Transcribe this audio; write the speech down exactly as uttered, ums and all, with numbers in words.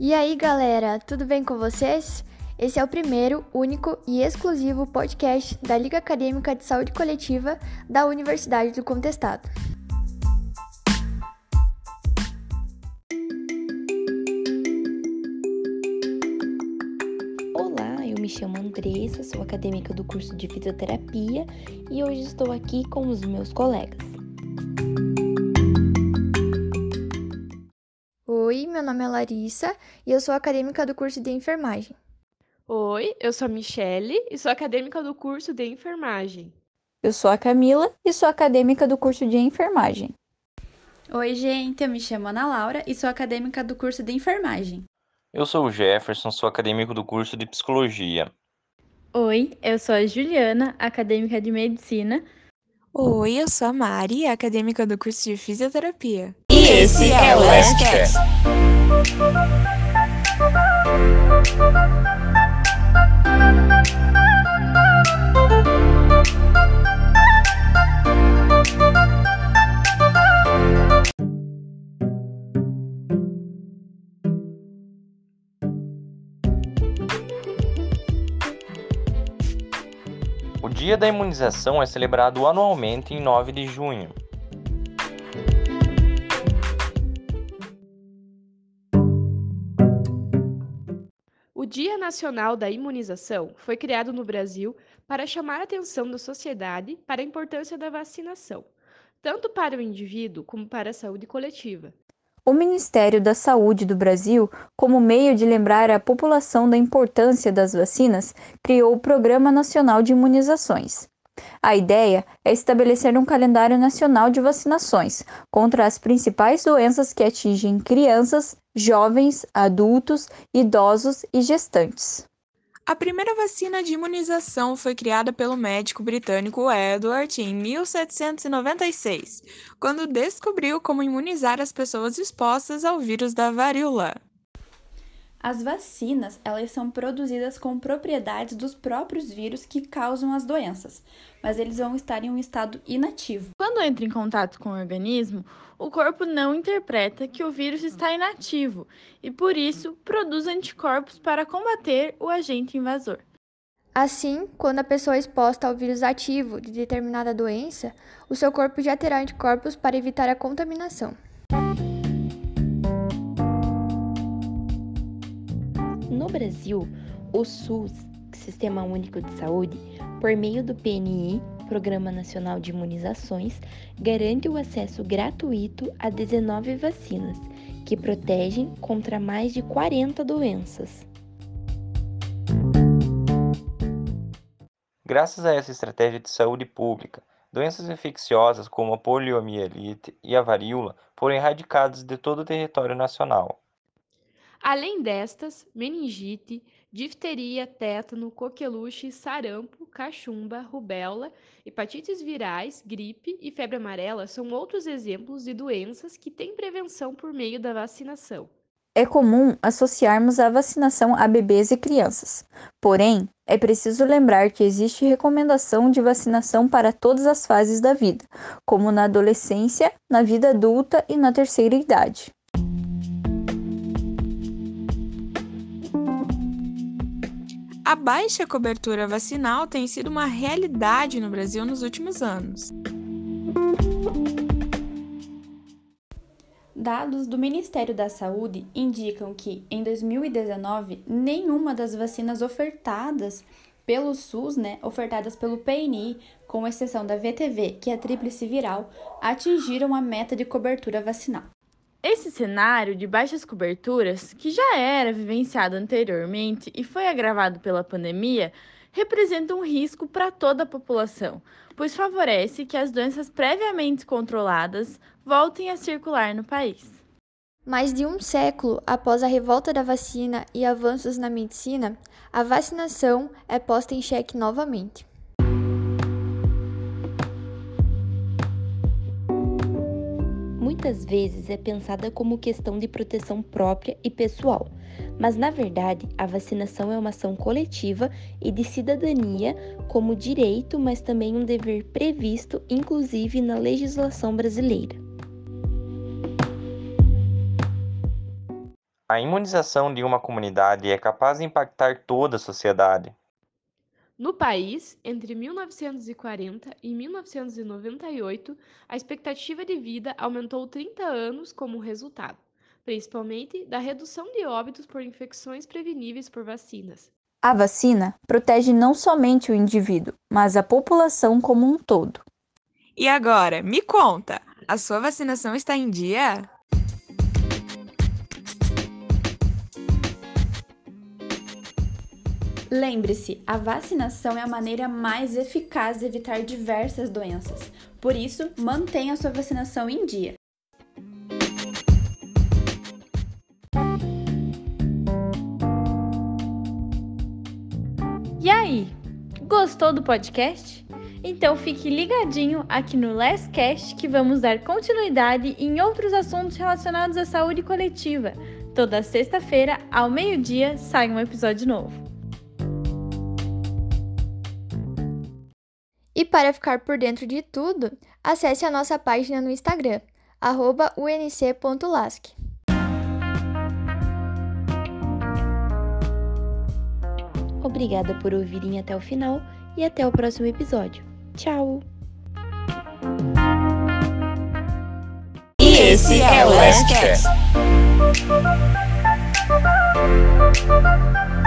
E aí, galera, tudo bem com vocês? Esse é o primeiro, único e exclusivo podcast da Liga Acadêmica de Saúde Coletiva da Universidade do Contestado. Olá, eu me chamo Andressa, sou acadêmica do curso de Fisioterapia e hoje estou aqui com os meus colegas. Oi, meu nome é Larissa e eu sou acadêmica do curso de Enfermagem. Oi, eu sou a Michele e sou acadêmica do curso de Enfermagem. Eu sou a Camila e sou acadêmica do curso de Enfermagem. Oi, gente, eu me chamo Ana Laura e sou acadêmica do curso de Enfermagem. Eu sou o Jefferson, sou acadêmico do curso de Psicologia. Oi, eu sou a Juliana, acadêmica de Medicina. Oi, eu sou a Mari, acadêmica do curso de Fisioterapia. E esse é o LastCast. O Dia da Imunização é celebrado anualmente em nove de junho. O Dia Nacional da Imunização foi criado no Brasil para chamar a atenção da sociedade para a importância da vacinação, tanto para o indivíduo como para a saúde coletiva. O Ministério da Saúde do Brasil, como meio de lembrar a população da importância das vacinas, criou o Programa Nacional de Imunizações. A ideia é estabelecer um calendário nacional de vacinações contra as principais doenças que atingem crianças, jovens, adultos, idosos e gestantes. A primeira vacina de imunização foi criada pelo médico britânico Edward em mil setecentos e noventa e seis, quando descobriu como imunizar as pessoas expostas ao vírus da varíola. As vacinas, elas são produzidas com propriedades dos próprios vírus que causam as doenças, mas eles vão estar em um estado inativo. Quando entra em contato com o organismo, o corpo não interpreta que o vírus está inativo e, por isso, produz anticorpos para combater o agente invasor. Assim, quando a pessoa é exposta ao vírus ativo de determinada doença, o seu corpo já terá anticorpos para evitar a contaminação. No Brasil, o SUS, Sistema Único de Saúde, por meio do P N I, Programa Nacional de Imunizações, garante o acesso gratuito a dezenove vacinas, que protegem contra mais de quarenta doenças. Graças a essa estratégia de saúde pública, doenças infecciosas como a poliomielite e a varíola foram erradicadas de todo o território nacional. Além destas, meningite, difteria, tétano, coqueluche, sarampo, cachumba, rubéola, hepatites virais, gripe e febre amarela são outros exemplos de doenças que têm prevenção por meio da vacinação. É comum associarmos a vacinação a bebês e crianças. Porém, é preciso lembrar que existe recomendação de vacinação para todas as fases da vida, como na adolescência, na vida adulta e na terceira idade. A baixa cobertura vacinal tem sido uma realidade no Brasil nos últimos anos. Dados do Ministério da Saúde indicam que, em dois mil e dezenove, nenhuma das vacinas ofertadas pelo SUS, né, ofertadas pelo P N I, com exceção da V T V, que é a tríplice viral, atingiram a meta de cobertura vacinal. Esse cenário de baixas coberturas, que já era vivenciado anteriormente e foi agravado pela pandemia, representa um risco para toda a população, pois favorece que as doenças previamente controladas voltem a circular no país. Mais de um século após a revolta da vacina e avanços na medicina, a vacinação é posta em xeque novamente. Muitas vezes é pensada como questão de proteção própria e pessoal, mas na verdade a vacinação é uma ação coletiva e de cidadania como direito, mas também um dever previsto, inclusive na legislação brasileira. A imunização de uma comunidade é capaz de impactar toda a sociedade. No país, entre mil novecentos e quarenta e mil novecentos e noventa e oito, a expectativa de vida aumentou trinta anos como resultado, principalmente da redução de óbitos por infecções preveníveis por vacinas. A vacina protege não somente o indivíduo, mas a população como um todo. E agora, me conta, a sua vacinação está em dia? Lembre-se, a vacinação é a maneira mais eficaz de evitar diversas doenças. Por isso, mantenha a sua vacinação em dia. E aí, gostou do podcast? Então fique ligadinho aqui no LastCast que vamos dar continuidade em outros assuntos relacionados à saúde coletiva. Toda sexta-feira, ao meio-dia, sai um episódio novo. E para ficar por dentro de tudo, acesse a nossa página no Instagram, arroba u n c ponto lask. Obrigada por ouvirem até o final e até o próximo episódio. Tchau! E esse é o LastCast.